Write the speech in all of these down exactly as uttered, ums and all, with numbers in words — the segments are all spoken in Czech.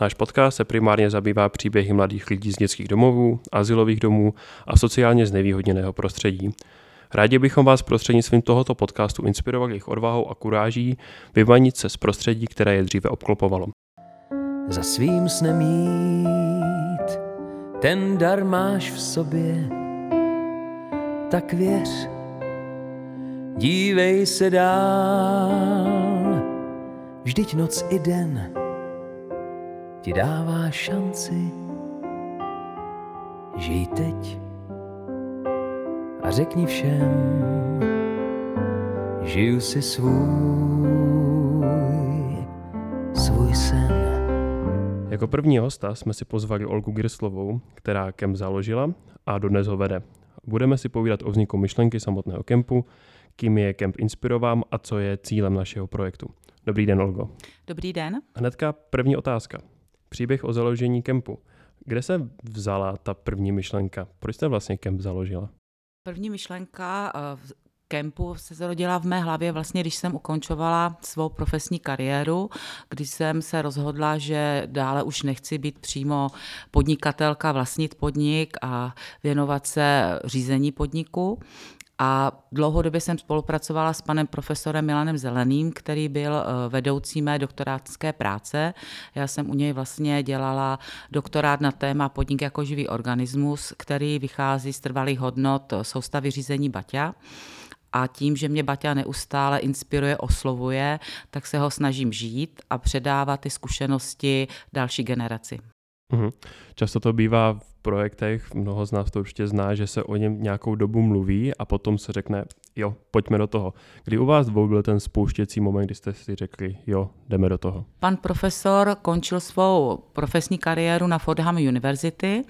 Náš podcast se primárně zabývá příběhy mladých lidí z dětských domovů, azylových domů a sociálně znevýhodněného prostředí. Rádi bychom vás prostřednictvím tohoto podcastu inspirovali jejich odvahou a kuráží vymanit se z prostředí, které je dříve obklopovalo. Za svým snem jít, ten dar máš v sobě, tak věř, dívej se dál, vždyť noc i den ti dává šanci, žij teď a řekni všem, žiju si svůj, svůj sen. Jako první hosta jsme si pozvali Olgu Girslovou, která kemp založila a dodnes ho vede. Budeme si povídat o vzniku myšlenky samotného kempu, kým je kemp inspirován a co je cílem našeho projektu. Dobrý den, Olgo. Dobrý den. Hnedka první otázka. Příběh o založení kempu. Kde se vzala ta první myšlenka? Proč jste vlastně kemp založila? První myšlenka v kempu se zrodila v mé hlavě vlastně, když jsem ukončovala svou profesní kariéru, když jsem se rozhodla, že dále už nechci být přímo podnikatelka, vlastnit podnik a věnovat se řízení podniku. A dlouhodobě jsem spolupracovala s panem profesorem Milanem Zeleným, který byl vedoucí mé doktorátské práce. Já jsem u něj vlastně dělala doktorát na téma podnik jako živý organismus, který vychází z trvalých hodnot soustavy řízení Baťa. A tím, že mě Baťa neustále inspiruje, oslovuje, tak se ho snažím žít a předávat ty zkušenosti další generaci. Uhum. Často to bývá v projektech, mnoho z nás to určitě zná, že se o něm nějakou dobu mluví a potom se řekne, jo, pojďme do toho. Kdy u vás dvou byl ten spouštěcí moment, kdy jste si řekli, jo, jdeme do toho? Pan profesor končil svou profesní kariéru na Fordham University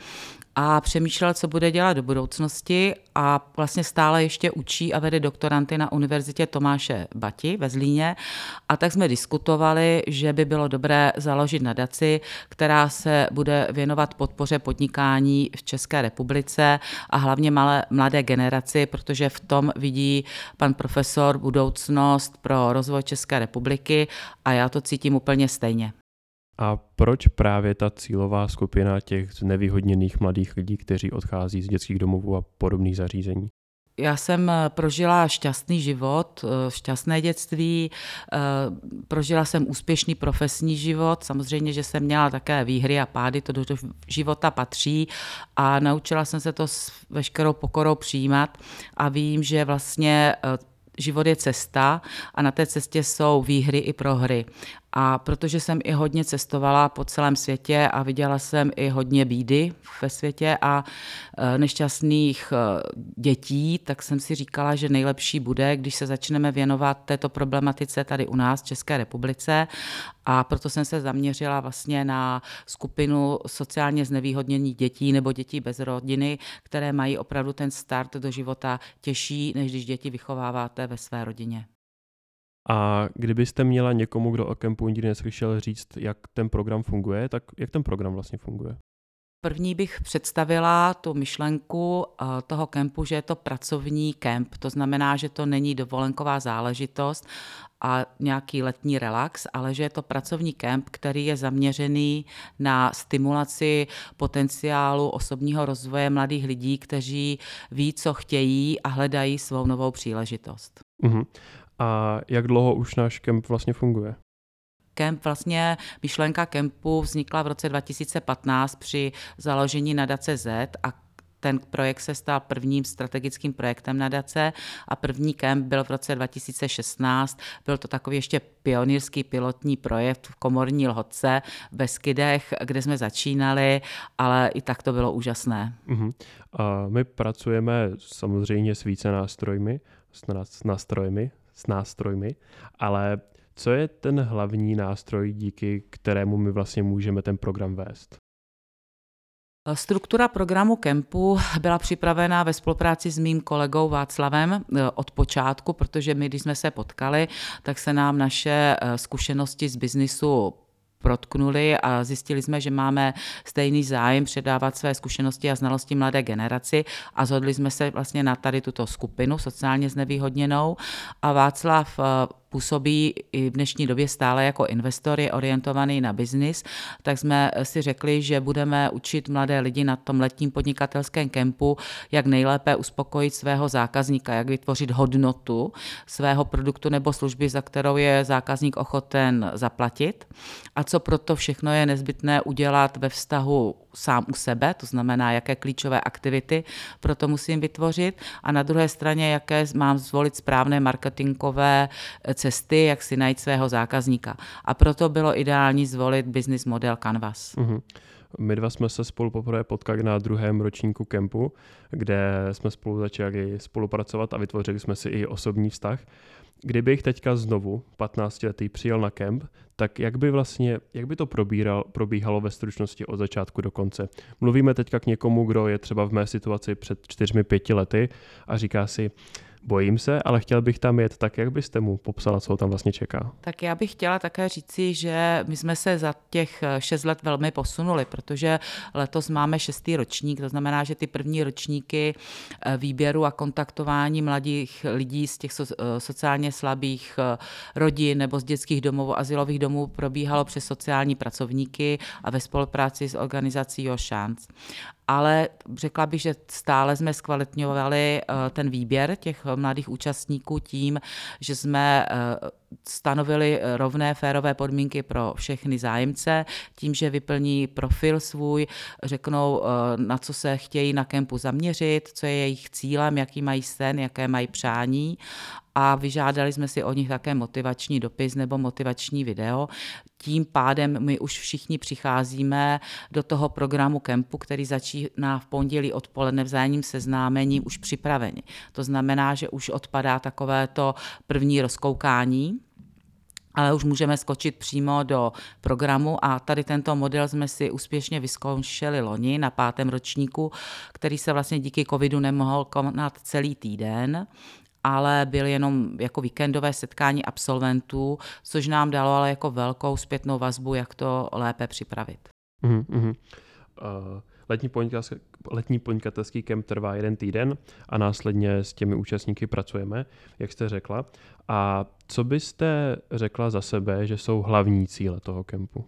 a přemýšlel, co bude dělat do budoucnosti a vlastně stále ještě učí a vede doktoranty na Univerzitě Tomáše Bati ve Zlíně. A tak jsme diskutovali, že by bylo dobré založit nadaci, která se bude věnovat podpoře podnikání v České republice a hlavně malé, mladé generaci, protože v tom vidí pan profesor budoucnost pro rozvoj České republiky a já to cítím úplně stejně. A proč právě ta cílová skupina těch znevýhodněných mladých lidí, kteří odchází z dětských domovů a podobných zařízení? Já jsem prožila šťastný život, šťastné dětství, prožila jsem úspěšný profesní život, samozřejmě, že jsem měla také výhry a pády, to do života patří a naučila jsem se to s veškerou pokorou přijímat a vím, že vlastně život je cesta a na té cestě jsou výhry i prohry. A protože jsem i hodně cestovala po celém světě a viděla jsem i hodně bídy ve světě a nešťastných dětí, tak jsem si říkala, že nejlepší bude, když se začneme věnovat této problematice tady u nás v České republice. A proto jsem se zaměřila vlastně na skupinu sociálně znevýhodněných dětí nebo dětí bez rodiny, které mají opravdu ten start do života těžší, než když děti vychováváte ve své rodině. A kdybyste měla někomu, kdo o kempu nikdy neslyšel, říct, jak ten program funguje, tak jak ten program vlastně funguje? První bych představila tu myšlenku toho kempu, že je to pracovní kemp. To znamená, že to není dovolenková záležitost a nějaký letní relax, ale že je to pracovní kemp, který je zaměřený na stimulaci potenciálu osobního rozvoje mladých lidí, kteří ví, co chtějí a hledají svou novou příležitost. Uhum. A jak dlouho už náš kemp vlastně funguje? Kemp, vlastně myšlenka kempu vznikla v roce dva tisíce patnáct při založení nadace Z a ten projekt se stal prvním strategickým projektem nadace a první kemp byl v roce dva tisíce šestnáct. Byl to takový ještě pionýrský pilotní projekt v Komorní Lhotce v Beskydech, kde jsme začínali, ale i tak to bylo úžasné. Uh-huh. A my pracujeme samozřejmě s více nástrojmi, s nástrojmi, s nástrojmi, ale co je ten hlavní nástroj, díky kterému my vlastně můžeme ten program vést? Struktura programu kempu byla připravena ve spolupráci s mým kolegou Václavem od počátku, protože my, když jsme se potkali, tak se nám naše zkušenosti z biznisu protknuli a zjistili jsme, že máme stejný zájem předávat své zkušenosti a znalosti mladé generaci a shodli jsme se vlastně na tady tuto skupinu sociálně znevýhodněnou a Václav působí i v dnešní době stále jako investor, je orientovaný na biznis, tak jsme si řekli, že budeme učit mladé lidi na tom letním podnikatelském kempu, jak nejlépe uspokojit svého zákazníka, jak vytvořit hodnotu svého produktu nebo služby, za kterou je zákazník ochoten zaplatit a co proto všechno je nezbytné udělat ve vztahu sám u sebe, to znamená, jaké klíčové aktivity proto musím vytvořit a na druhé straně, jaké mám zvolit správné marketingové cesty, jak si najít svého zákazníka. A proto bylo ideální zvolit business model Canvas. Mm-hmm. My dva jsme se spolu poprvé potkali na druhém ročníku kempu, kde jsme spolu začali spolupracovat a vytvořili jsme si i osobní vztah. Kdybych teďka znovu patnáctiletý přijel na kemp, tak jak by vlastně, jak by to probíral, probíhalo ve stručnosti od začátku do konce? Mluvíme teďka k někomu, kdo je třeba v mé situaci před čtyřmi, pěti lety a říká si, bojím se, ale chtěl bych tam jet, tak jak byste mu popsala, co ho tam vlastně čeká? Tak já bych chtěla také říci, že my jsme se za těch šest let velmi posunuli, protože letos máme šestý ročník, to znamená, že ty první ročníky výběru a kontaktování mladých lidí z těch sociálně slabých rodin nebo z dětských domovů, azylových domů probíhalo přes sociální pracovníky a ve spolupráci s organizací Your Chance. Ale řekla bych, že stále jsme zkvalitňovali ten výběr těch mladých účastníků tím, že jsme stanovili rovné férové podmínky pro všechny zájemce, tím, že vyplní profil svůj, řeknou, na co se chtějí na kempu zaměřit, co je jejich cílem, jaký mají sen, jaké mají přání a vyžádali jsme si od nich také motivační dopis nebo motivační video. Tím pádem my už všichni přicházíme do toho programu kempu, který začíná v pondělí odpoledne vzájemným seznámením už připraveni. To znamená, že už odpadá takovéto první rozkoukání, ale už můžeme skočit přímo do programu a tady tento model jsme si úspěšně vyzkoušeli loni na pátém ročníku, který se vlastně díky covidu nemohl konat celý týden, ale byl jenom jako víkendové setkání absolventů, což nám dalo ale jako velkou zpětnou vazbu, jak to lépe připravit. Mm-hmm. Uh, letní, podnikatelský, letní podnikatelský kemp trvá jeden týden a následně s těmi účastníky pracujeme, jak jste řekla. A co byste řekla za sebe, že jsou hlavní cíle toho kempu?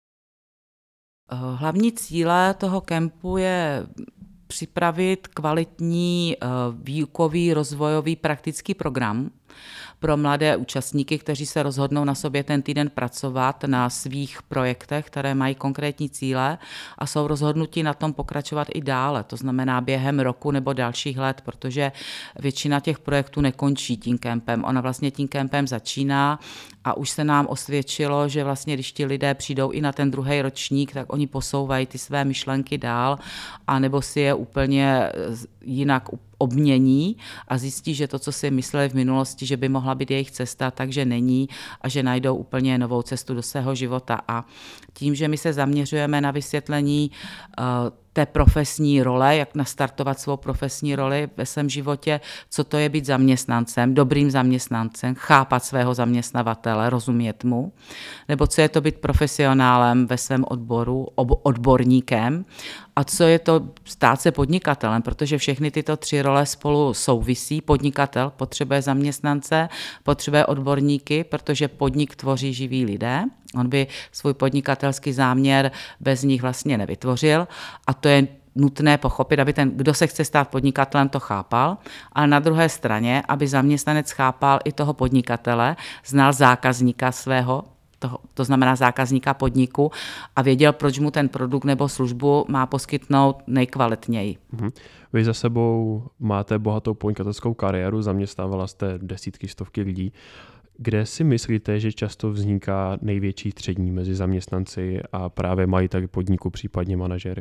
Hlavní cíle toho kempu je připravit kvalitní výukový, rozvojový, praktický program pro mladé účastníky, kteří se rozhodnou na sobě ten týden pracovat na svých projektech, které mají konkrétní cíle a jsou rozhodnutí na tom pokračovat i dále, to znamená během roku nebo dalších let, protože většina těch projektů nekončí tím kempem. Ona vlastně tím kempem začíná a už se nám osvědčilo, že vlastně když ti lidé přijdou i na ten druhý ročník, tak oni posouvají ty své myšlenky dál a nebo si je úplně jinak obmění a zjistí, že to, co si mysleli v minulosti, že by mohla být jejich cesta, takže není a že najdou úplně novou cestu do svého života. A tím, že my se zaměřujeme na vysvětlení uh, té profesní role, jak nastartovat svou profesní roli ve svém životě, co to je být zaměstnancem, dobrým zaměstnancem, chápat svého zaměstnavatele, rozumět mu, nebo co je to být profesionálem ve svém odboru, ob- odborníkem a co je to stát se podnikatelem, protože všechny tyto tři role spolu souvisí. Podnikatel potřebuje zaměstnance, potřebuje odborníky, protože podnik tvoří živí lidé. On by svůj podnikatelský záměr bez nich vlastně nevytvořil a to je nutné pochopit, aby ten, kdo se chce stát podnikatelem, to chápal, ale na druhé straně, aby zaměstnanec chápal i toho podnikatele, znal zákazníka svého, to, to znamená zákazníka podniku a věděl, proč mu ten produkt nebo službu má poskytnout nejkvalitněji. Mhm. Vy za sebou máte bohatou podnikatelskou kariéru, zaměstnávala jste desítky, stovky lidí. Kde si myslíte, že často vzniká největší tření mezi zaměstnanci a právě majiteli podniku, případně manažery?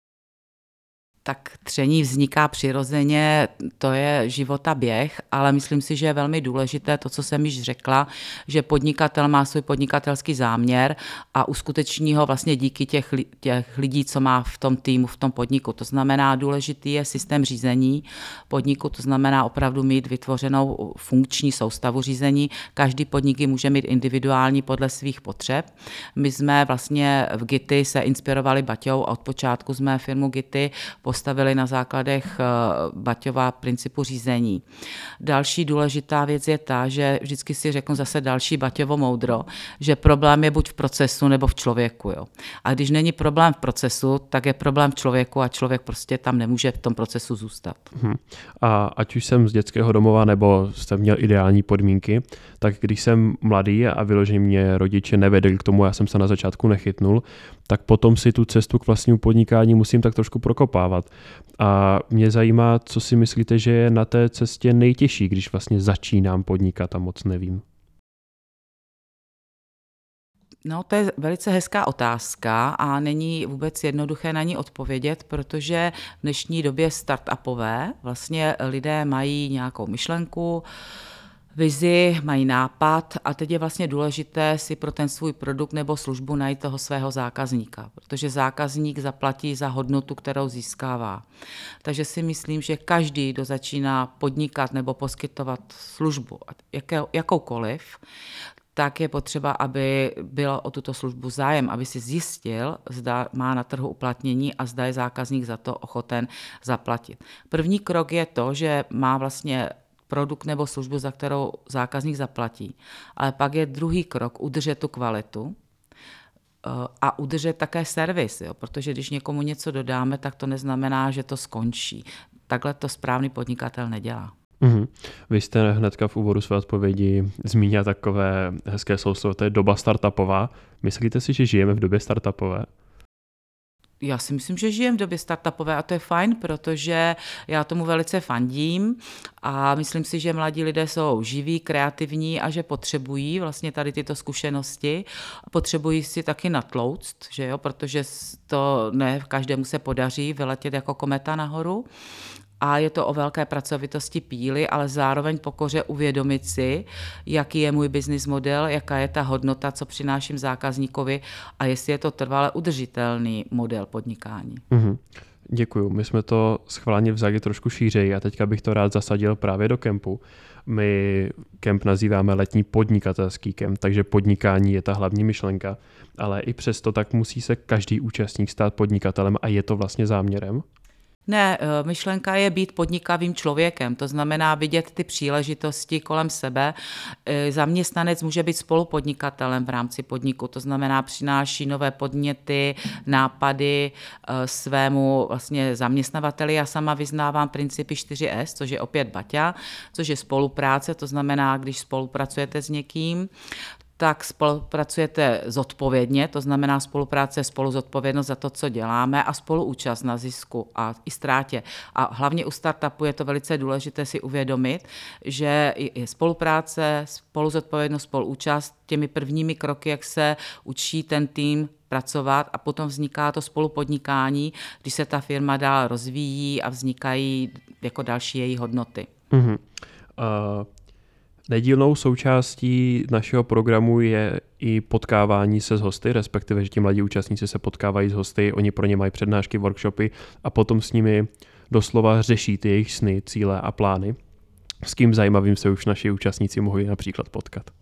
Tak tření vzniká přirozeně, to je života běh, ale myslím si, že je velmi důležité to, co jsem již řekla, že podnikatel má svůj podnikatelský záměr a uskuteční ho vlastně díky těch, těch lidí, co má v tom týmu, v tom podniku. To znamená, důležitý je systém řízení podniku, to znamená opravdu mít vytvořenou funkční soustavu řízení. Každý podnik může mít individuální podle svých potřeb. My jsme vlastně v Gity se inspirovali Baťou a od počátku jsme firmu Gity postavili postavili na základech Baťova principu řízení. Další důležitá věc je ta, že vždycky si řeknu zase další Baťovo moudro, že problém je buď v procesu nebo v člověku. Jo. A když není problém v procesu, tak je problém v člověku a člověk prostě tam nemůže v tom procesu zůstat. Hmm. A ať už jsem z dětského domova nebo jsem měl ideální podmínky, tak když jsem mladý a vyloženě mě rodiče nevedli k tomu, já jsem se na začátku nechytnul, tak potom si tu cestu k vlastnímu podnikání musím tak trošku prokopávat. A mě zajímá, co si myslíte, že je na té cestě nejtěžší, když vlastně začínám podnikat a moc nevím. No, to je velice hezká otázka a není vůbec jednoduché na ní odpovědět, protože v dnešní době startupové vlastně lidé mají nějakou myšlenku, vizi, mají nápad a teď je vlastně důležité si pro ten svůj produkt nebo službu najít toho svého zákazníka, protože zákazník zaplatí za hodnotu, kterou získává. Takže si myslím, že každý, kdo začíná podnikat nebo poskytovat službu, jaké, jakoukoliv, tak je potřeba, aby byl o tuto službu zájem, aby si zjistil, zda má na trhu uplatnění a zda je zákazník za to ochoten zaplatit. První krok je to, že má vlastně produkt nebo službu, za kterou zákazník zaplatí. Ale pak je druhý krok udržet tu kvalitu a udržet také servis, jo? Protože když někomu něco dodáme, tak to neznamená, že to skončí. Takhle to správný podnikatel nedělá. Mm-hmm. Vy jste hnedka v úvodu své odpovědi zmínila takové hezké slovo, to je doba startupová. Myslíte si, že žijeme v době startupové? Já si myslím, že žijem v době startupové a to je fajn, protože já tomu velice fandím a myslím si, že mladí lidé jsou živí, kreativní a že potřebují vlastně tady tyto zkušenosti. Potřebují si taky natlouct, že jo, protože to ne každému se podaří vyletět jako kometa nahoru. A je to o velké pracovitosti píly, ale zároveň pokoře uvědomit si, jaký je můj business model, jaká je ta hodnota, co přináším zákazníkovi a jestli je to trvale udržitelný model podnikání. Mm-hmm. Děkuju. My jsme to schválně vzali trošku šířeji a teďka bych to rád zasadil právě do kempu. My kemp nazýváme letní podnikatelský kemp, takže podnikání je ta hlavní myšlenka, ale i přesto tak musí se každý účastník stát podnikatelem a je to vlastně záměrem? Ne, myšlenka je být podnikavým člověkem, to znamená vidět ty příležitosti kolem sebe. Zaměstnanec může být spolupodnikatelem v rámci podniku, to znamená přináší nové podněty, nápady svému vlastně zaměstnavateli. Já sama vyznávám principy čtyři es, což je opět Baťa, což je spolupráce, to znamená, když spolupracujete s někým, tak spolupracujete zodpovědně, to znamená spolupráce, spoluzodpovědnost za to, co děláme a spoluúčast na zisku a i ztrátě. A hlavně u startupu je to velice důležité si uvědomit, že je spolupráce, spoluzodpovědnost, spoluúčast těmi prvními kroky, jak se učí ten tým pracovat a potom vzniká to spolupodnikání, když se ta firma dál rozvíjí a vznikají jako další její hodnoty. Mm-hmm. Uh... Nedílnou součástí našeho programu je i potkávání se s hosty, respektive, že ti mladí účastníci se potkávají s hosty, oni pro ně mají přednášky, workshopy a potom s nimi doslova řeší ty jejich sny, cíle a plány. S kým zajímavým se už naši účastníci mohli například potkat?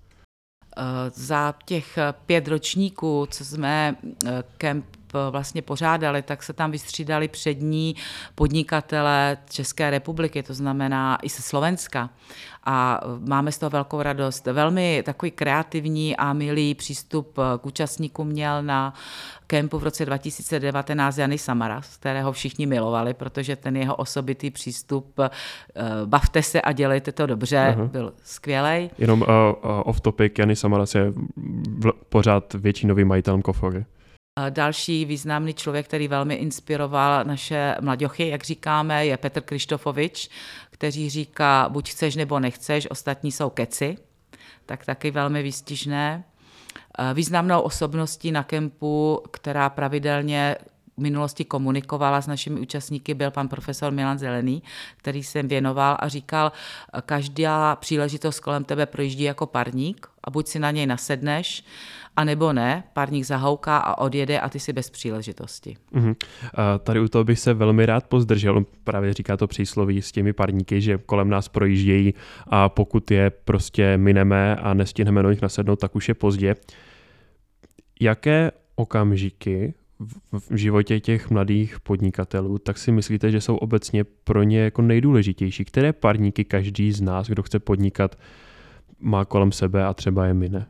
Za těch pět ročníků, co jsme kemp vlastně pořádali, tak se tam vystřídali přední podnikatelé České republiky, to znamená i ze Slovenska. A máme z toho velkou radost. Velmi takový kreativní a milý přístup k účastníkům měl na kempu v roce dva tisíce devatenáct Janis Samaras, kterého všichni milovali, protože ten jeho osobitý přístup bavte se a dělejte to dobře, Aha. byl skvělej. Jenom uh, uh, off topic, Janis Samaras je v, pořád většinovým majitelem Kofory. Další významný člověk, který velmi inspiroval naše mlaďochy, jak říkáme, je Petr Krištofovič, který říká, buď chceš nebo nechceš, ostatní jsou keci, tak taky velmi výstižné. Významnou osobností na kempu, která pravidelně v minulosti komunikovala s našimi účastníky, byl pan profesor Milan Zelený, který jsem věnoval a říkal, každá příležitost kolem tebe projíždí jako parník a buď si na něj nasedneš, a nebo ne, párník zahouká a odjede a ty si bez příležitosti. Uh-huh. A tady u toho bych se velmi rád pozdržel, právě říká to přísloví s těmi parníky, že kolem nás projíždějí a pokud je prostě mineme a nestihneme do nich nasednout, tak už je pozdě. Jaké okamžiky v životě těch mladých podnikatelů, tak si myslíte, že jsou obecně pro ně jako nejdůležitější? Které parníky každý z nás, kdo chce podnikat, má kolem sebe a třeba je mine?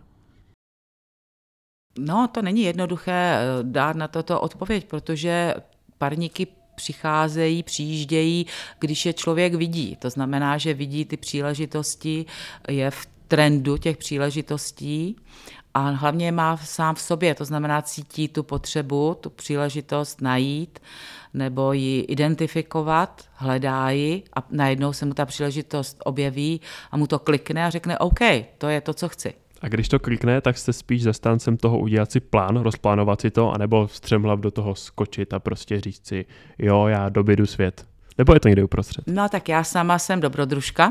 No, to není jednoduché dát na toto odpověď, protože parníky přicházejí, přijíždějí, když je člověk vidí. To znamená, že vidí ty příležitosti, je v trendu těch příležitostí a hlavně má sám v sobě, to znamená cítí tu potřebu, tu příležitost najít nebo ji identifikovat, hledá ji a najednou se mu ta příležitost objeví a mu to klikne a řekne OK, to je to, co chci. A když to klikne, tak jste spíš zastáncem toho udělat si plán, rozplánovat si to, anebo střemhlav do toho skočit a prostě říct si, jo, já dobědu svět. Nebo je to někde uprostřed? No tak já sama jsem dobrodružka,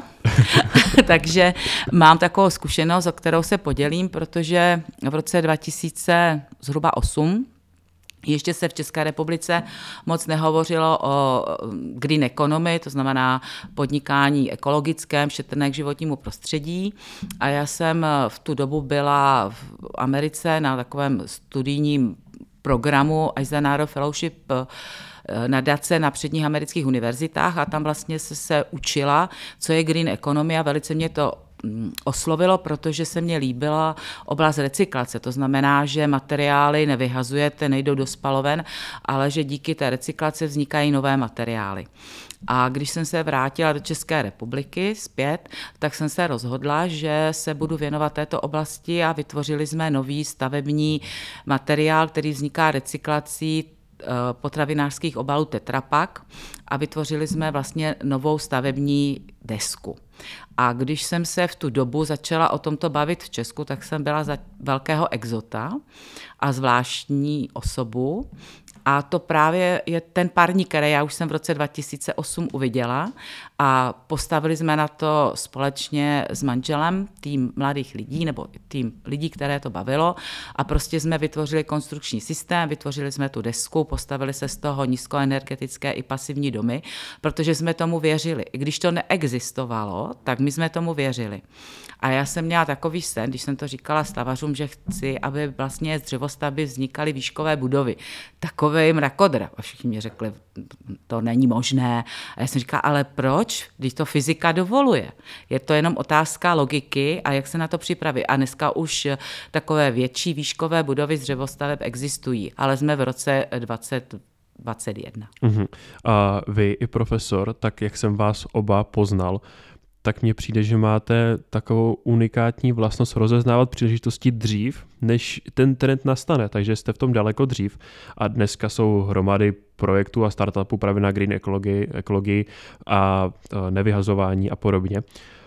takže mám takovou zkušenost, o kterou se podělím, protože v roce dva tisíce osm ještě se v České republice moc nehovořilo o green economy, to znamená podnikání ekologickém, šetrné k životnímu prostředí. A já jsem v tu dobu byla v Americe na takovém studijním programu Eisenhower Fellowship nadace na předních amerických univerzitách a tam vlastně se, se učila, co je green economy a velice mě to oslovilo, protože se mně líbila oblast recyklace. To znamená, že materiály nevyhazujete, nejdou do spaloven, ale že díky té recyklaci vznikají nové materiály. A když jsem se vrátila do České republiky zpět, tak jsem se rozhodla, že se budu věnovat této oblasti a vytvořili jsme nový stavební materiál, který vzniká recyklací potravinářských obalů Tetra Pak a vytvořili jsme vlastně novou stavební desku. A když jsem se v tu dobu začala o tomto bavit v Česku, tak jsem byla za velkého exota a zvláštní osobu. A to právě je ten parník, který já už jsem v roce dva tisíce osm uviděla a postavili jsme na to společně s manželem tým mladých lidí nebo tým lidí, které to bavilo a prostě jsme vytvořili konstrukční systém, vytvořili jsme tu desku, postavili se z toho nízkoenergetické i pasivní domy, protože jsme tomu věřili. I když to neexistovalo, tak my jsme tomu věřili. A já jsem měla takový sen, když jsem to říkala stavařům, že chci, aby vlastně z dřevostavby vznikaly výškové budovy. Takový mrakodrap. A všichni mi řekli, to není možné. A já jsem říkala, ale proč? Když to fyzika dovoluje. Je to jenom otázka logiky a jak se na to připravit. A dneska už takové větší výškové budovy z dřevostaveb existují, ale jsme v roce dvacet dvacet jedna. Uh-huh. A vy i profesor, tak jak jsem vás oba poznal, tak mně přijde, že máte takovou unikátní vlastnost rozeznávat příležitosti dřív, než ten trend nastane, takže jste v tom daleko dřív a dneska jsou hromady projektů a startupů právě na green ekologii, ekologii a nevyhazování a podobně.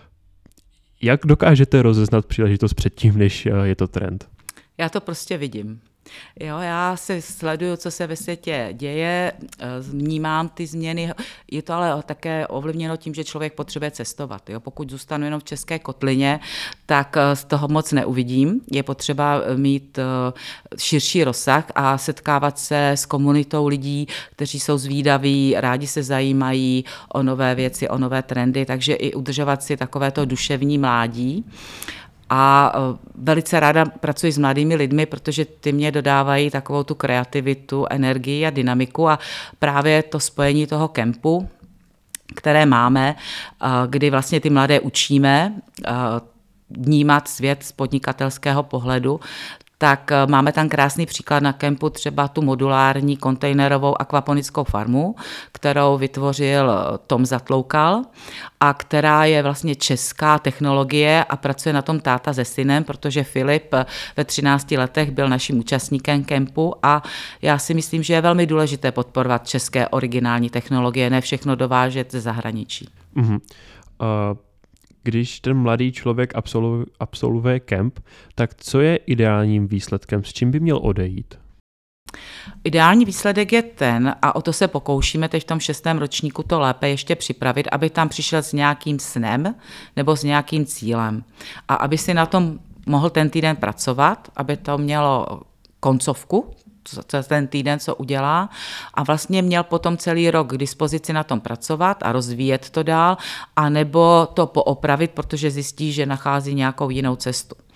Jak dokážete rozeznat příležitost předtím, než je to trend? Já to prostě vidím. Jo, já si sleduju, co se ve světě děje, vnímám ty změny, je to ale také ovlivněno tím, že člověk potřebuje cestovat. Jo. Pokud zůstanu jenom v České kotlině, tak z toho moc neuvidím. Je potřeba mít širší rozsah a setkávat se s komunitou lidí, kteří jsou zvídaví, rádi se zajímají o nové věci, o nové trendy, takže i udržovat si takovéto duševní mládí. A velice ráda pracuji s mladými lidmi, protože ty mě dodávají takovou tu kreativitu, energii a dynamiku a právě to spojení toho kempu, které máme, kdy vlastně ty mladé učíme vnímat svět z podnikatelského pohledu, tak máme tam krásný příklad na kempu, třeba tu modulární kontejnerovou akvaponickou farmu, kterou vytvořil Tom Zatloukal a která je vlastně česká technologie a pracuje na tom táta se synem, protože Filip ve třinácti letech byl naším účastníkem kempu a já si myslím, že je velmi důležité podporovat české originální technologie, ne všechno dovážet ze zahraničí. Uh-huh. Uh... Když ten mladý člověk absolvuje, absolvuje kemp, tak co je ideálním výsledkem, s čím by měl odejít? Ideální výsledek je ten, a o to se pokoušíme teď v tom šestém ročníku to lépe ještě připravit, aby tam přišel s nějakým snem nebo s nějakým cílem. A aby si na tom mohl ten týden pracovat, aby to mělo koncovku, co ten týden, co udělá a vlastně měl potom celý rok k dispozici na tom pracovat a rozvíjet to dál, anebo to poopravit, protože zjistí, že nachází nějakou jinou cestu.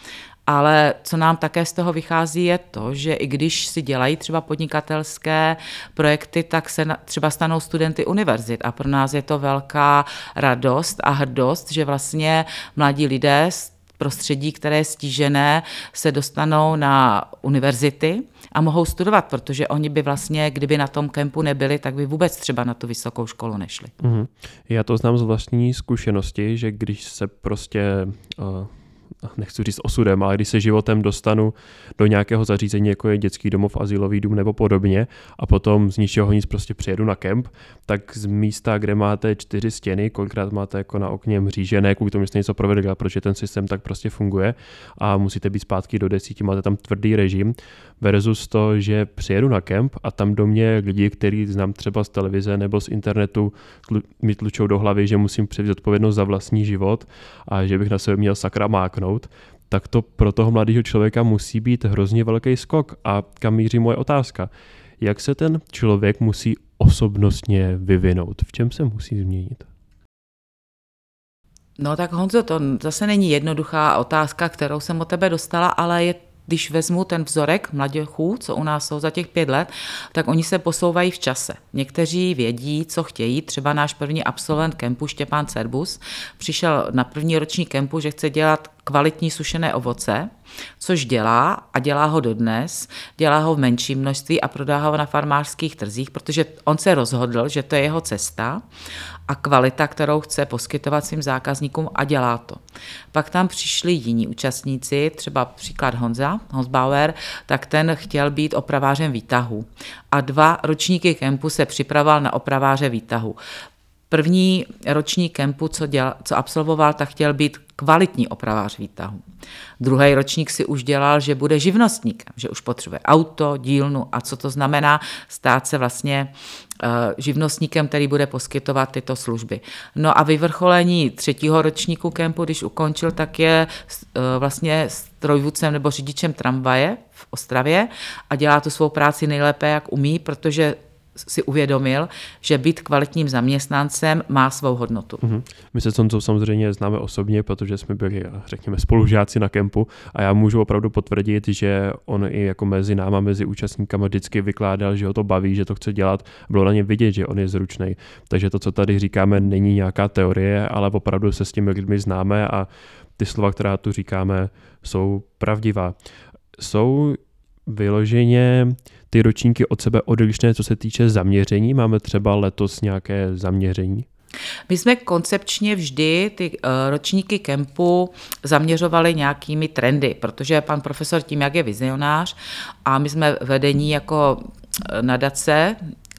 Ale co nám také z toho vychází je to, že i když si dělají třeba podnikatelské projekty, tak se třeba stanou studenty univerzit a pro nás je to velká radost a hrdost, že vlastně mladí lidé z prostředí, které je stížené, se dostanou na univerzity a mohou studovat, protože oni by vlastně, kdyby na tom kempu nebyli, tak by vůbec třeba na tu vysokou školu nešli. Mm-hmm. Já to znám z vlastní zkušenosti, že když se prostě... Uh... nechci říct osudem, ale když se životem dostanu do nějakého zařízení, jako je dětský domov, azylový dům nebo podobně, a potom z ničeho nic prostě přijedu na kemp, tak z místa, kde máte čtyři stěny, kolikrát máte jako na okně mřížené, kvůli tomu, že jste něco provedli, protože ten systém tak prostě funguje a musíte být zpátky do desíti, máte tam tvrdý režim, versus to, že přijedu na kemp a tam do mě lidi, který znám třeba z televize nebo z internetu, tlu, mi tlučou do hlavy, že musím převzít odpovědnost za vlastní život a že bych na sebe měl sakra máknout, tak to pro toho mladého člověka musí být hrozně velký skok. A kam míří moje otázka? Jak se ten člověk musí osobnostně vyvinout? V čem se musí změnit? No tak Honzo, to zase není jednoduchá otázka, kterou jsem od tebe dostala, ale je, když vezmu ten vzorek mladěchů, co u nás jsou za těch pět let, tak oni se posouvají v čase. Někteří vědí, co chtějí. Třeba náš první absolvent kempu Štěpán Cerbus přišel na první roční kempu, že chce dělat kvalitní sušené ovoce, což dělá a dělá ho dodnes, dělá ho v menším množství a prodá ho na farmářských trzích, protože on se rozhodl, že to je jeho cesta a kvalita, kterou chce poskytovat svým zákazníkům a dělá to. Pak tam přišli jiní účastníci, třeba příklad Honza, Honz Bauer, tak ten chtěl být opravářem výtahu a dva ročníky kempu se připravoval na opraváře výtahu. První roční kempu, co, děl, co absolvoval, tak chtěl být kvalitní opravář výtahu. Druhý ročník si už dělal, že bude živnostníkem, že už potřebuje auto, dílnu a co to znamená stát se vlastně uh, živnostníkem, který bude poskytovat tyto služby. No a vyvrcholení třetího ročníku kempu, když ukončil, tak je uh, vlastně strojvůdcem nebo řidičem tramvaje v Ostravě a dělá tu svou práci nejlépe, jak umí, protože si uvědomil, že být kvalitním zaměstnancem má svou hodnotu. Mm-hmm. My se s Honzou samozřejmě známe osobně, protože jsme byli, řekněme, spolužáci na kempu a já můžu opravdu potvrdit, že on i jako mezi náma, mezi účastníkama vždycky vykládal, že ho to baví, že to chce dělat. Bylo na něm vidět, že on je zručný. Takže to, co tady říkáme, není nějaká teorie, ale opravdu se s těmi lidmi známe a ty slova, která tu říkáme, jsou pravdivá. Jsou vyloženě ty ročníky od sebe odlišné, co se týče zaměření? Máme třeba letos nějaké zaměření? My jsme koncepčně vždy ty ročníky kempu zaměřovali nějakými trendy, protože pan profesor tím, jak je vizionář a my jsme vedení jako nadace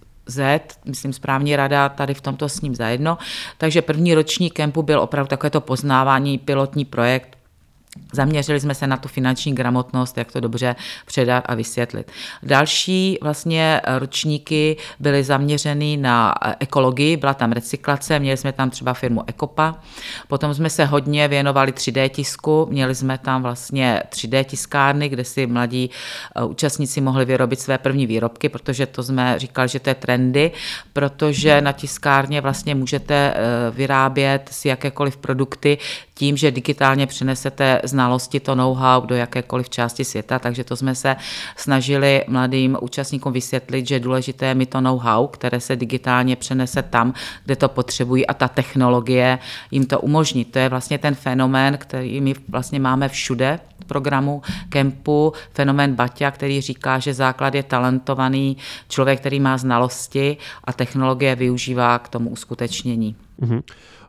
Z, myslím správně rada tady v tomto s ním zajedno, takže první ročník kempu byl opravdu takovéto poznávání, pilotní projekt. Zaměřili jsme se na tu finanční gramotnost, jak to dobře předat a vysvětlit. Další vlastně ročníky byly zaměřeny na ekologii, byla tam recyklace, měli jsme tam třeba firmu Ekopa, potom jsme se hodně věnovali tři dé tisku, měli jsme tam vlastně tři dé tiskárny, kde si mladí účastníci mohli vyrobit své první výrobky, protože to jsme říkali, že to je trendy, protože na tiskárně vlastně můžete vyrábět si jakékoliv produkty tím, že digitálně přenesete znalosti, to know-how do jakékoliv části světa, takže to jsme se snažili mladým účastníkům vysvětlit, že je důležité mít to know-how, které se digitálně přenese tam, kde to potřebují a ta technologie jim to umožní. To je vlastně ten fenomén, který my vlastně máme všude v programu kempu, fenomén Baťa, který říká, že základ je talentovaný člověk, který má znalosti a technologie využívá k tomu uskutečnění. Mm-hmm.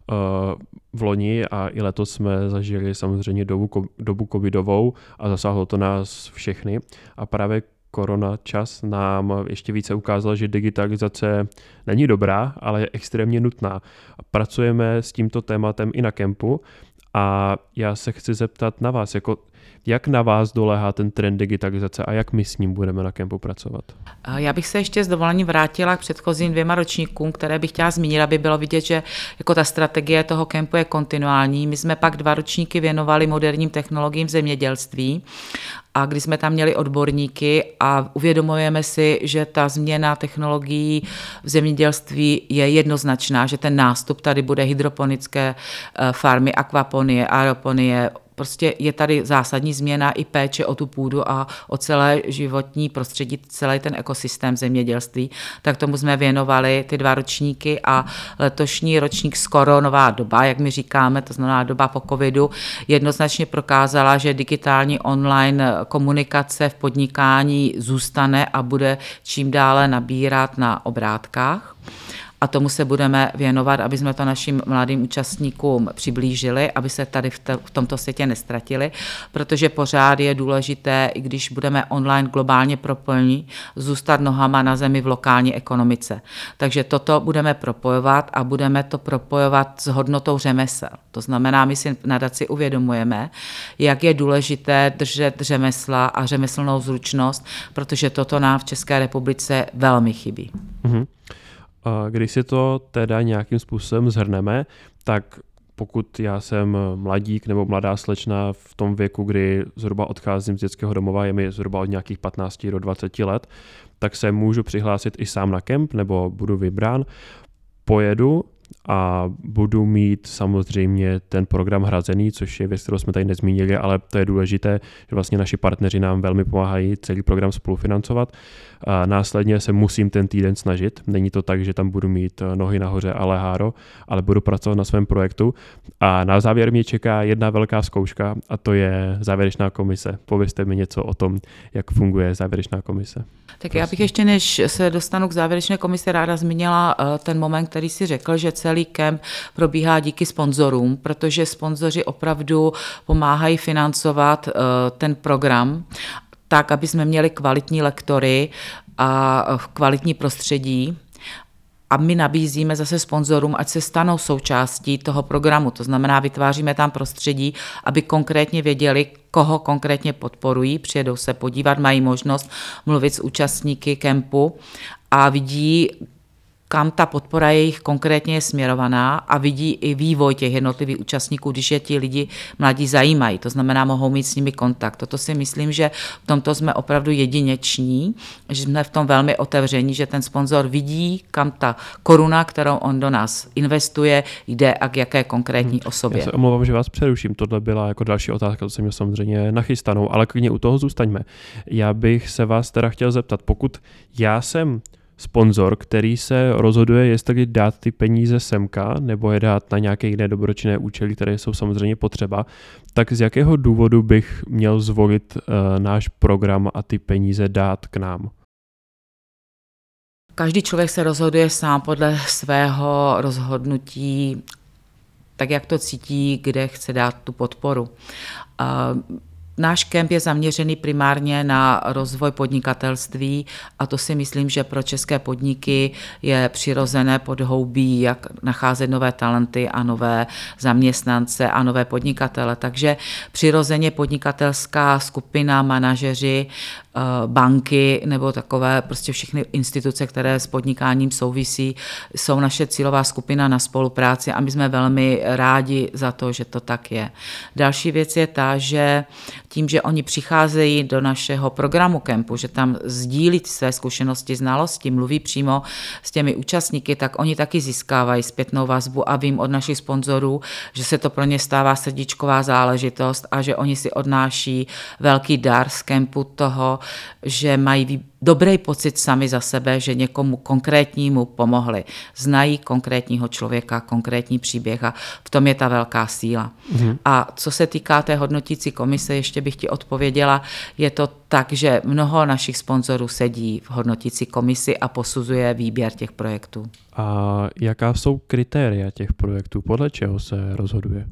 V loni a i letos jsme zažili samozřejmě dobu, dobu covidovou a zasáhlo to nás všechny a právě korona čas nám ještě více ukázal, že digitalizace není dobrá, ale je extrémně nutná. Pracujeme s tímto tématem i na kempu a já se chci zeptat na vás, jako jak na vás doléhá ten trend digitalizace a jak my s ním budeme na kempu pracovat? Já bych se ještě s dovolením vrátila k předchozím dvěma ročníkům, které bych chtěla zmínit, aby bylo vidět, že jako ta strategie toho kempu je kontinuální. My jsme pak dva ročníky věnovali moderním technologiím v zemědělství a kdy jsme tam měli odborníky a uvědomujeme si, že ta změna technologií v zemědělství je jednoznačná, že ten nástup tady bude hydroponické farmy, akvaponie, aeroponie, prostě je tady zásadní změna i péče o tu půdu a o celé životní prostředí, celý ten ekosystém zemědělství, tak tomu jsme věnovali ty dva ročníky a letošní ročník skoro nová doba, jak my říkáme, to znamená doba po covidu, jednoznačně prokázala, že digitální online komunikace v podnikání zůstane a bude čím dále nabírat na obrátkách. A tomu se budeme věnovat, aby jsme to našim mladým účastníkům přiblížili, aby se tady v, te, v tomto světě nestratili, protože pořád je důležité, i když budeme online globálně propojení, zůstat nohama na zemi v lokální ekonomice. Takže toto budeme propojovat a budeme to propojovat s hodnotou řemesel. To znamená, my si v nadaci uvědomujeme, jak je důležité držet řemesla a řemeslnou zručnost, protože toto nám v České republice velmi chybí. Mm-hmm. Když si to teda nějakým způsobem shrneme, tak pokud já jsem mladík nebo mladá slečna v tom věku, kdy zhruba odcházím z dětského domova, je mi zhruba od nějakých patnáct do dvaceti let, tak se můžu přihlásit i sám na kemp nebo budu vybrán, pojedu a budu mít samozřejmě ten program hrazený, což je věc, kterou jsme tady nezmínili, ale to je důležité, že vlastně naši partneři nám velmi pomáhají celý program spolufinancovat. A následně se musím ten týden snažit. Není to tak, že tam budu mít nohy nahoře a leháro, ale budu pracovat na svém projektu. A na závěr mě čeká jedna velká zkouška a to je závěrečná komise. Povězte mi něco o tom, jak funguje závěrečná komise. Tak Prosím. Já bych ještě, než se dostanu k závěrečné komisi, ráda zmínila ten moment, který si řekl, že celý kemp probíhá díky sponzorům, protože sponzoři opravdu pomáhají financovat ten program tak, aby jsme měli kvalitní lektory a kvalitní prostředí. A my nabízíme zase sponzorům, ať se stanou součástí toho programu. To znamená, vytváříme tam prostředí, aby konkrétně věděli, koho konkrétně podporují, přijedou se podívat, mají možnost mluvit s účastníky kempu a vidí, kam ta podpora jejich konkrétně je směrovaná a vidí i vývoj těch jednotlivých účastníků, když je ti lidi mladí zajímají. To znamená, mohou mít s nimi kontakt. Toto si myslím, že v tomto jsme opravdu jedineční, že jsme v tom velmi otevření, že ten sponzor vidí, kam ta koruna, kterou on do nás investuje, jde a k jaké konkrétní osobě. Já se omlouvám, že vás přeruším. Tohle byla jako další otázka, to jsem měl samozřejmě nachystanou, ale klidně u toho zůstaňme. Já bych se vás teda chtěl zeptat, pokud já jsem sponzor, který se rozhoduje, jestli dát ty peníze semka nebo je dát na nějaké jiné dobročinné účely, které jsou samozřejmě potřeba, tak z jakého důvodu bych měl zvolit uh, náš program a ty peníze dát k nám? Každý člověk se rozhoduje sám podle svého rozhodnutí, tak jak to cítí, kde chce dát tu podporu. Uh, Náš kemp je zaměřený primárně na rozvoj podnikatelství a to si myslím, že pro české podniky je přirozené podhoubí, jak nacházet nové talenty a nové zaměstnance a nové podnikatele. Takže přirozeně podnikatelská skupina, manažeři, banky nebo takové prostě všechny instituce, které s podnikáním souvisí, jsou naše cílová skupina na spolupráci a my jsme velmi rádi za to, že to tak je. Další věc je ta, že tím, že oni přicházejí do našeho programu kempu, že tam sdílí své zkušenosti, znalosti, mluví přímo s těmi účastníky, tak oni taky získávají zpětnou vazbu a vím od našich sponzorů, že se to pro ně stává srdíčková záležitost a že oni si odnáší velký dar z kempu toho, že mají dobrý pocit sami za sebe, že někomu konkrétnímu pomohli. Znají konkrétního člověka, konkrétní příběh a v tom je ta velká síla. Mm-hmm. A co se týká té hodnotící komise, ještě bych ti odpověděla, je to tak, že mnoho našich sponzorů sedí v hodnotící komisi a posuzuje výběr těch projektů. A jaká jsou kritéria těch projektů? Podle čeho se rozhoduje?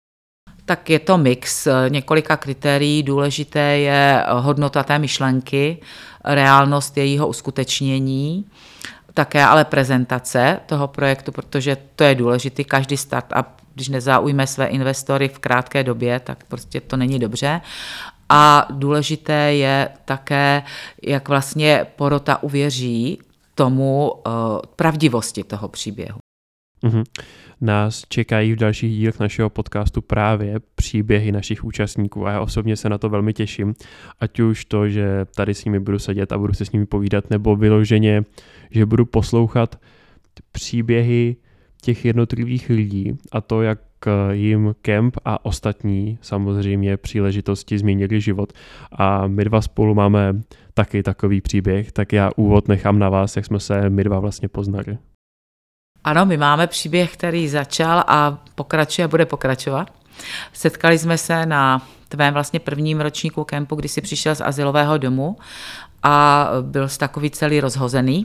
Tak je to mix několika kritérií. Důležité je hodnota té myšlenky, reálnost jejího uskutečnění, také ale prezentace toho projektu, protože to je důležité. Každý startup, když nezaujme své investory v krátké době, tak prostě to není dobře. A důležité je také, jak vlastně porota uvěří tomu uh, pravdivosti toho příběhu. Mm-hmm. Nás čekají v dalších dílech našeho podcastu právě příběhy našich účastníků a já osobně se na to velmi těším. Ať už to, že tady s nimi budu sedět a budu se s nimi povídat, nebo vyloženě, že budu poslouchat příběhy těch jednotlivých lidí a to, jak jim kemp a ostatní samozřejmě příležitosti změnili život. A my dva spolu máme taky takový příběh, tak já úvod nechám na vás, jak jsme se my dva vlastně poznali. Ano, my máme příběh, který začal a pokračuje a bude pokračovat. Setkali jsme se na tvém vlastně prvním ročníku kempu, kdy jsi přišel z azylového domu a byl jsi takový celý rozhozený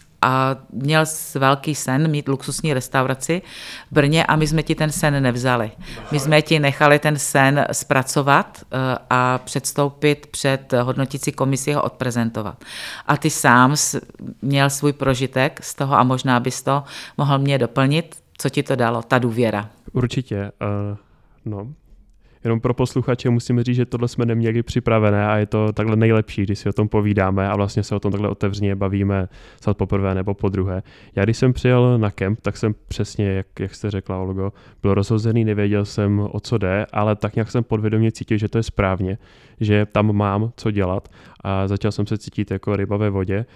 a měl jsi velký sen mít luxusní restauraci v Brně a my jsme ti ten sen nevzali. My jsme ti nechali ten sen zpracovat a předstoupit před hodnotící komisi ho odprezentovat. A ty sám měl svůj prožitek z toho a možná bys to mohl mě doplnit, co ti to dalo, ta důvěra. Určitě, uh, no. Jenom pro posluchače musím říct, že tohle jsme neměli připravené a je to takhle nejlepší, když si o tom povídáme a vlastně se o tom takhle otevřeně bavíme snad poprvé nebo po druhé. Já když jsem přijel na kemp, tak jsem přesně, jak, jak jste řekla, Olgo, byl rozhozený, nevěděl jsem, o co jde, ale tak nějak jsem podvědomě cítil, že to je správně, že tam mám co dělat a začal jsem se cítit jako ryba ve vodě.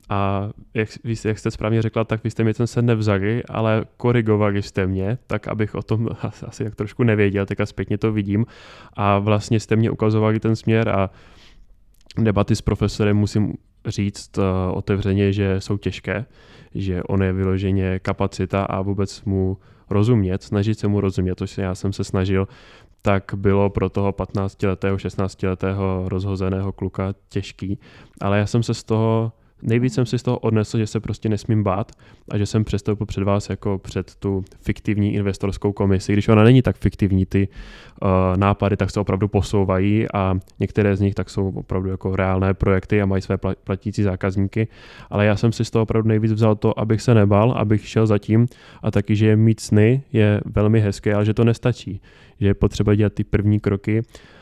A jak, jak jste správně řekla, tak vy jste mě ten sen nevzali, ale korigovali jste mě, tak abych o tom asi tak trošku nevěděl, teďka zpětně to vidím. A vlastně jste mě ukazovali ten směr a debaty s profesorem musím říct uh, otevřeně, že jsou těžké, že on je vyloženě kapacita a vůbec mu rozumět, snažit se mu rozumět, to já jsem se snažil, tak bylo pro toho patnáctiletého, šestnáctiletého rozhozeného kluka těžký. Ale já jsem se z toho Nejvíc jsem si z toho odnesl, že se prostě nesmím bát a že jsem přestoupil před vás jako před tu fiktivní investorskou komisi. Když ona není tak fiktivní, ty uh, nápady tak se opravdu posouvají a některé z nich tak jsou opravdu jako reálné projekty a mají své platící zákazníky. Ale já jsem si z toho opravdu nejvíc vzal to, abych se nebal, abych šel zatím a taky, že mít sny je velmi hezké, ale že to nestačí. Že je potřeba dělat ty první kroky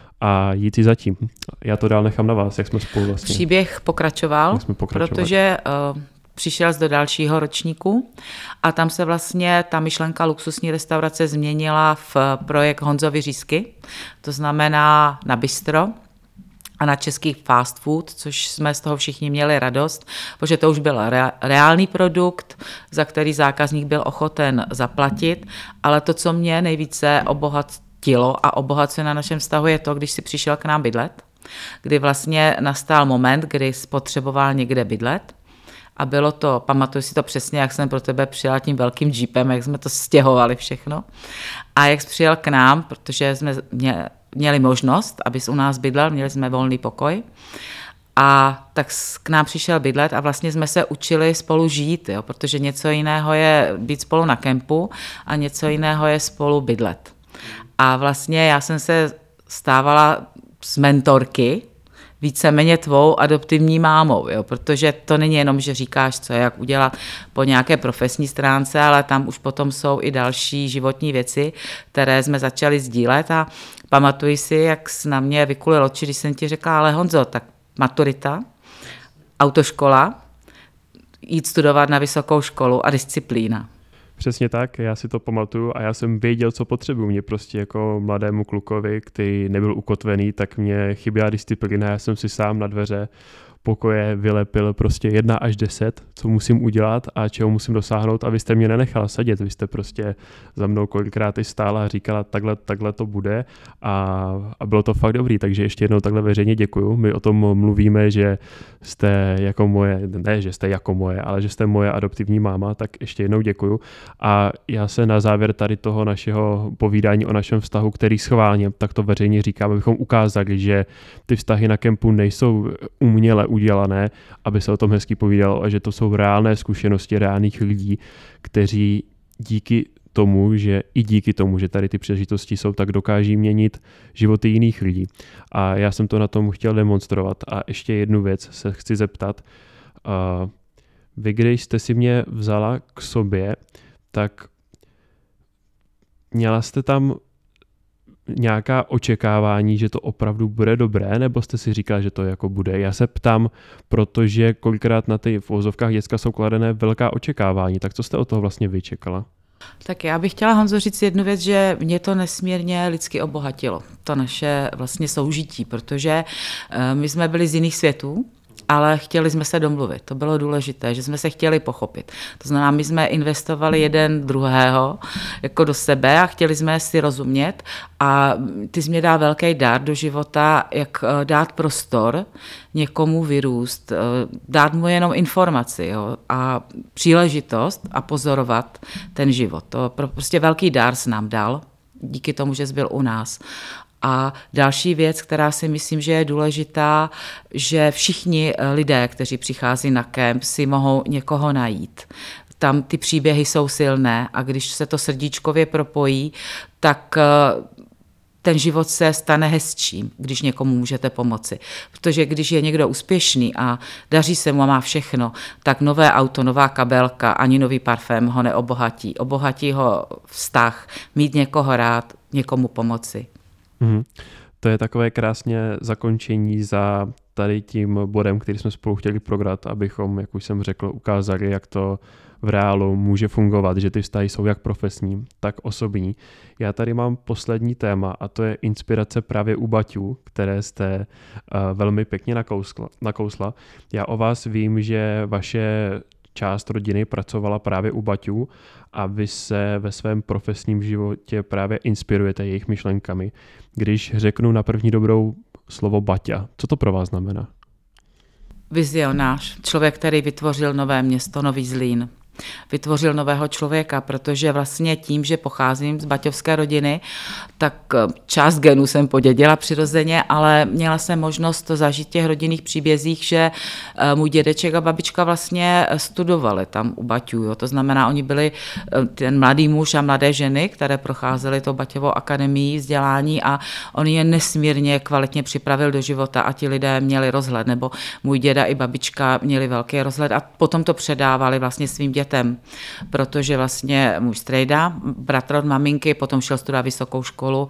a jít si zatím. Já to dál nechám na vás, jak jsme spolu vlastně. Příběh pokračoval, protože uh, přišel jsi do dalšího ročníku a tam se vlastně ta myšlenka luxusní restaurace změnila v projekt Honzovy řízky, to znamená na bistro a na český fast food, což jsme z toho všichni měli radost, protože to už byl re- reálný produkt, za který zákazník byl ochoten zaplatit, ale to, co mě nejvíce obohatilo a obohacuje na našem vztahu je to, když si přišel k nám bydlet, kdy vlastně nastal moment, kdy spotřeboval někde bydlet a bylo to, pamatuju si to přesně, jak jsem pro tebe přijela tím velkým jeepem, jak jsme to stěhovali všechno a jak jsi přijel k nám, protože jsme měli možnost, abys u nás bydlel, měli jsme volný pokoj a tak k nám přišel bydlet a vlastně jsme se učili spolu žít, jo, protože něco jiného je být spolu na kempu a něco jiného je spolu bydlet. A vlastně já jsem se stávala z mentorky víceméně tvou adoptivní mámou, jo? Protože to není jenom, že říkáš, co jak udělat po nějaké profesní stránce, ale tam už potom jsou i další životní věci, které jsme začali sdílet a pamatuji si, jak na mě vykulil oči, když jsem ti řekla, ale Honzo, tak maturita, autoškola, jít studovat na vysokou školu a disciplína. Přesně tak, já si to pamatuju a já jsem věděl, co potřebuji. Mě prostě jako mladému klukovi, který nebyl ukotvený, tak mě chyběla disciplína. Já jsem si sám na dveře pokoje vylepil prostě jedna až deset, co musím udělat a čeho musím dosáhnout a vy jste mě nenechala sedět, vy jste prostě za mnou kolikrát i stála a říkala, takhle, takhle to bude a, a bylo to fakt dobrý, takže ještě jednou takhle veřejně děkuju. My o tom mluvíme, že jste jako moje, ne, že jste jako moje, ale že jste moje adoptivní máma, tak ještě jednou děkuju a já se na závěr tady toho našeho povídání o našem vztahu, který schválně, tak to veřejně říkám, abychom ukázali, že ty vztahy na kempu nejsou uměle udělané, aby se o tom hezky povídalo a že to jsou reálné zkušenosti reálných lidí, kteří díky tomu, že i díky tomu, že tady ty příležitosti jsou, tak dokáží měnit životy jiných lidí. A já jsem to na tom chtěl demonstrovat. A ještě jednu věc se chci zeptat. Uh, vy, když jste si mě vzala k sobě, tak měla jste tam nějaká očekávání, že to opravdu bude dobré, nebo jste si říkala, že to jako bude? Já se ptám, protože kolikrát na ty v uvozovkách děcka jsou kladené velká očekávání, tak co jste od toho vlastně vyčekala? Tak já bych chtěla, Honzo, říct jednu věc, že mě to nesmírně lidsky obohatilo, to naše vlastně soužití, protože my jsme byli z jiných světů ale chtěli jsme se domluvit. To bylo důležité, že jsme se chtěli pochopit. To znamená, my jsme investovali jeden druhého jako do sebe a chtěli jsme si rozumět a ty jsi mě dal velký dar do života, jak dát prostor někomu vyrůst, dát mu jenom informaci, jo, a příležitost a pozorovat ten život. To prostě velký dar jsi nám dal, díky tomu, že jsi byl u nás. A další věc, která si myslím, že je důležitá, že všichni lidé, kteří přichází na kemp, si mohou někoho najít. Tam ty příběhy jsou silné a když se to srdíčkově propojí, tak ten život se stane hezčím, když někomu můžete pomoci. Protože když je někdo úspěšný a daří se mu a má všechno, tak nové auto, nová kabelka, ani nový parfém ho neobohatí. Obohatí ho vztah, mít někoho rád, někomu pomoci. Mm. To je takové krásně zakončení za tady tím bodem, který jsme spolu chtěli probrat, abychom, jak už jsem řekl, ukázali, jak to v reálu může fungovat, že ty vztahy jsou jak profesní, tak osobní. Já tady mám poslední téma a to je inspirace právě u baťů, které jste uh, velmi pěkně nakousla, nakousla. Já o vás vím, že vaše část rodiny pracovala právě u baťů a vy se ve svém profesním životě právě inspirujete jejich myšlenkami. Když řeknu na první dobrou slovo baťa, co to pro vás znamená? Vizionář, člověk, který vytvořil nové město, Nový Zlín. Vytvořil nového člověka, protože vlastně tím, že pocházím z baťovské rodiny, tak část genů jsem podědila přirozeně, ale měla jsem možnost zažít těch rodinných příbězích, že můj dědeček a babička vlastně studovali tam u baťů. Jo. To znamená, oni byli ten mladý muž a mladé ženy, které procházely tou baťovou akademií vzdělání a on je nesmírně kvalitně připravil do života a ti lidé měli rozhled, nebo můj děda i babička měli velký rozhled a potom to předávali vlastně svým dětem. Protože vlastně můj strejda, bratr od maminky, potom šel studovat vysokou školu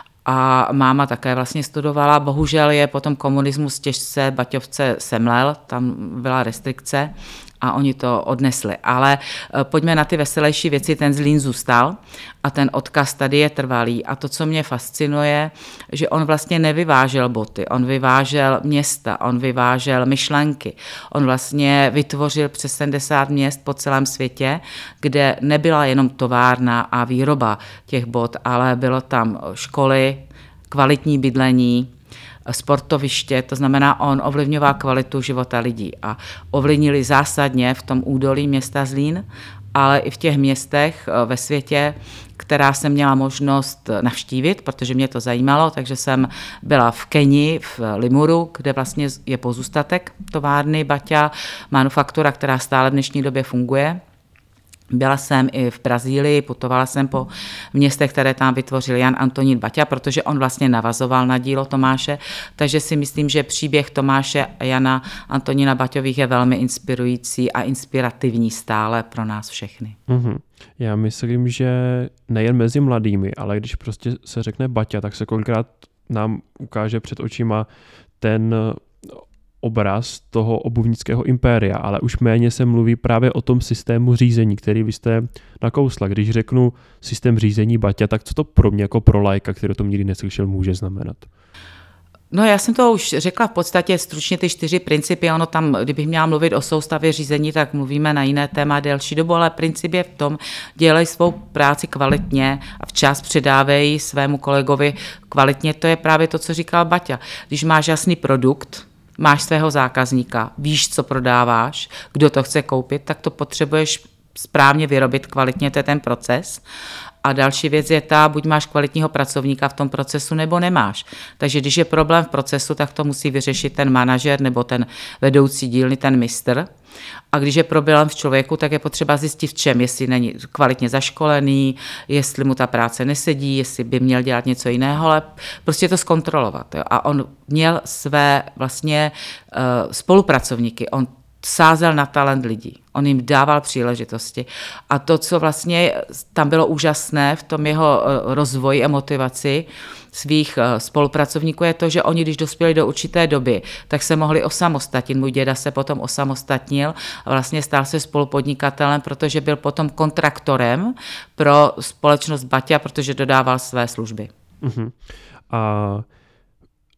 a máma také vlastně studovala. Bohužel je potom komunismus těžce baťovce semlel, tam byla restrikce a oni to odnesli. Ale pojďme na ty veselější věci, ten Zlín zůstal a ten odkaz tady je trvalý. A to, co mě fascinuje, že on vlastně nevyvážel boty, on vyvážel města, on vyvážel myšlenky. On vlastně vytvořil přes sedmdesát měst po celém světě, kde nebyla jenom továrna a výroba těch bot, ale bylo tam školy, kvalitní bydlení, sportoviště, to znamená, on ovlivňoval kvalitu života lidí a ovlivnili zásadně v tom údolí města Zlín, ale i v těch městech ve světě, která jsem měla možnost navštívit, protože mě to zajímalo, takže jsem byla v Keni, v Limuru, kde vlastně je pozůstatek továrny Baťa, manufaktura, která stále v dnešní době funguje. Byla jsem i v Brazílii, putovala jsem po městech, které tam vytvořil Jan Antonín Baťa, protože on vlastně navazoval na dílo Tomáše, takže si myslím, že příběh Tomáše a Jana Antonína Baťových je velmi inspirující a inspirativní stále pro nás všechny. Mm-hmm. Já myslím, že nejen mezi mladými, ale když prostě se řekne Baťa, tak se kolikrát nám ukáže před očima ten obraz toho obuvnického impéria, ale už méně se mluví právě o tom systému řízení, který vy jste nakousla. Když řeknu systém řízení Baťa, tak co to pro mě jako pro laika, který to nikdy neslyšel, může znamenat? No já jsem to už řekla v podstatě stručně ty čtyři principy, ono tam, kdybych měla mluvit o soustavě řízení, tak mluvíme na jiné téma delší dobu, ale princip je v tom, dělej svou práci kvalitně a včas předávej svému kolegovi kvalitně, to je právě to, co říkal Baťa. Když máš jasný produkt, máš svého zákazníka, víš, co prodáváš, kdo to chce koupit, tak to potřebuješ správně vyrobit kvalitně, to je ten proces. A další věc je ta, buď máš kvalitního pracovníka v tom procesu, nebo nemáš. Takže když je problém v procesu, tak to musí vyřešit ten manažer nebo ten vedoucí dílny, ten mistr. A když je problém v člověku, tak je potřeba zjistit v čem, jestli není kvalitně zaškolený, jestli mu ta práce nesedí, jestli by měl dělat něco jiného, ale prostě to zkontrolovat. Jo. A on měl své vlastně uh, spolupracovníky, on sázel na talent lidí, on jim dával příležitosti a to, co vlastně tam bylo úžasné v tom jeho rozvoji a motivaci svých spolupracovníků je to, že oni, když dospěli do určité doby, tak se mohli osamostatnit. Můj děda se potom osamostatnil a vlastně stal se spolupodnikatelem, protože byl potom kontraktorem pro společnost Baťa, protože dodával své služby. Uh-huh. A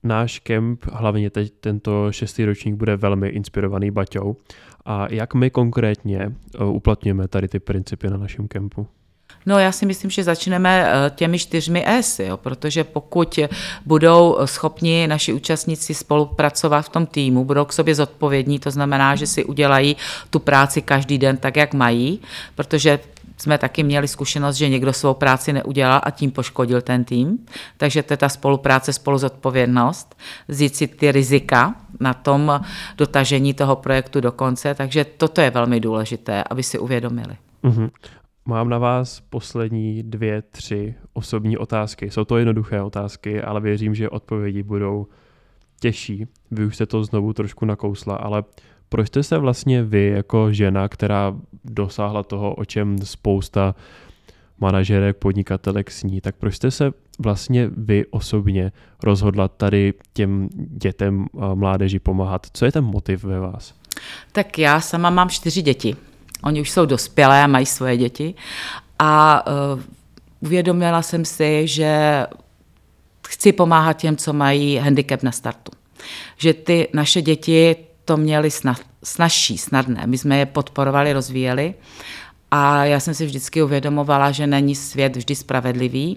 náš kemp, hlavně teď tento šestý ročník, bude velmi inspirovaný Baťou. A jak my konkrétně uplatňujeme tady ty principy na našem kempu? No já si myslím, že začneme těmi čtyřmi S, jo, protože pokud budou schopni naši účastníci spolupracovat v tom týmu, budou k sobě zodpovědní, to znamená, že si udělají tu práci každý den tak, jak mají, protože jsme taky měli zkušenost, že někdo svou práci neudělal a tím poškodil ten tým, takže to je ta spolupráce, spoluzodpovědnost, vzít si ty rizika na tom dotažení toho projektu do konce, takže toto je velmi důležité, aby si uvědomili. Mm-hmm. Mám na vás poslední dvě, tři osobní otázky. Jsou to jednoduché otázky, ale věřím, že odpovědi budou těžší. Vy už jste to znovu trošku nakousla, ale proč jste se vlastně vy jako žena, která dosáhla toho, o čem spousta manažerek, podnikatelek sní, tak proč jste se vlastně vy osobně rozhodla tady těm dětem a mládeži pomáhat? Co je ten motiv ve vás? Tak já sama mám čtyři děti. Oni už jsou dospělé a mají svoje děti a uh, uvědomila jsem si, že chci pomáhat těm, co mají handicap na startu. Že ty naše děti to měly sna, snažší, snadné. My jsme je podporovali, rozvíjeli a já jsem si vždycky uvědomovala, že není svět vždy spravedlivý.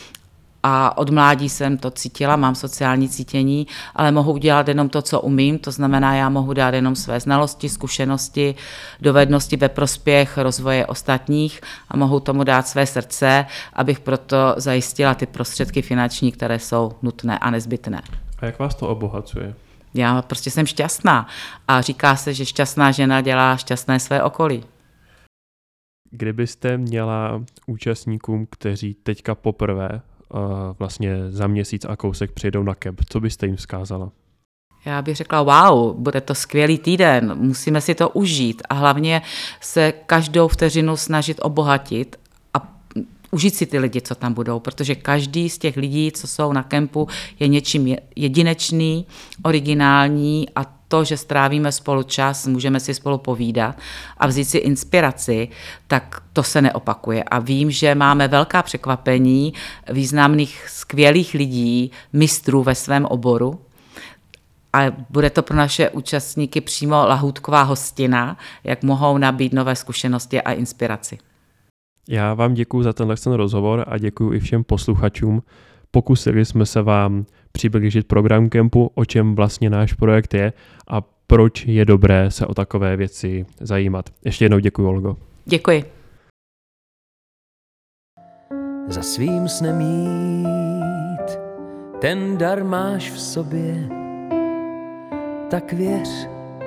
A od mládí jsem to cítila, mám sociální cítění, ale mohu udělat jenom to, co umím, to znamená, já mohu dát jenom své znalosti, zkušenosti, dovednosti ve prospěch rozvoje ostatních a mohu tomu dát své srdce, abych proto zajistila ty prostředky finanční, které jsou nutné a nezbytné. A jak vás to obohacuje? Já prostě jsem šťastná a říká se, že šťastná žena dělá šťastné své okolí. Kdybyste měla účastníkům, kteří teďka poprvé vlastně za měsíc a kousek přijedou na kemp, co byste jim vzkázala? Já bych řekla, wow, bude to skvělý týden, musíme si to užít a hlavně se každou vteřinu snažit obohatit a užít si ty lidi, co tam budou, protože každý z těch lidí, co jsou na kempu, je něčím jedinečný, originální a to, že strávíme spolu čas, můžeme si spolu povídat a vzít si inspiraci, tak to se neopakuje. A vím, že máme velká překvapení významných, skvělých lidí, mistrů ve svém oboru. A bude to pro naše účastníky přímo lahůdková hostina, jak mohou nabít nové zkušenosti a inspiraci. Já vám děkuji za tenhle rozhovor a děkuji i všem posluchačům. Pokusili jsme se vám přiblížit program kempu, o čem vlastně náš projekt je a proč je dobré se o takové věci zajímat. Ještě jednou děkuji, Olgo. Děkuji. Za svým snem jít, ten dar máš v sobě, tak věř,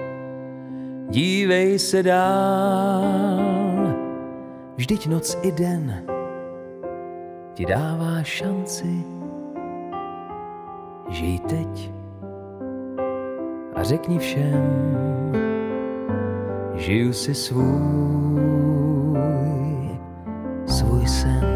dívej se dál, vždyť noc i den ti dává šanci. Žij teď a řekni všem, žiju si svůj, svůj sen.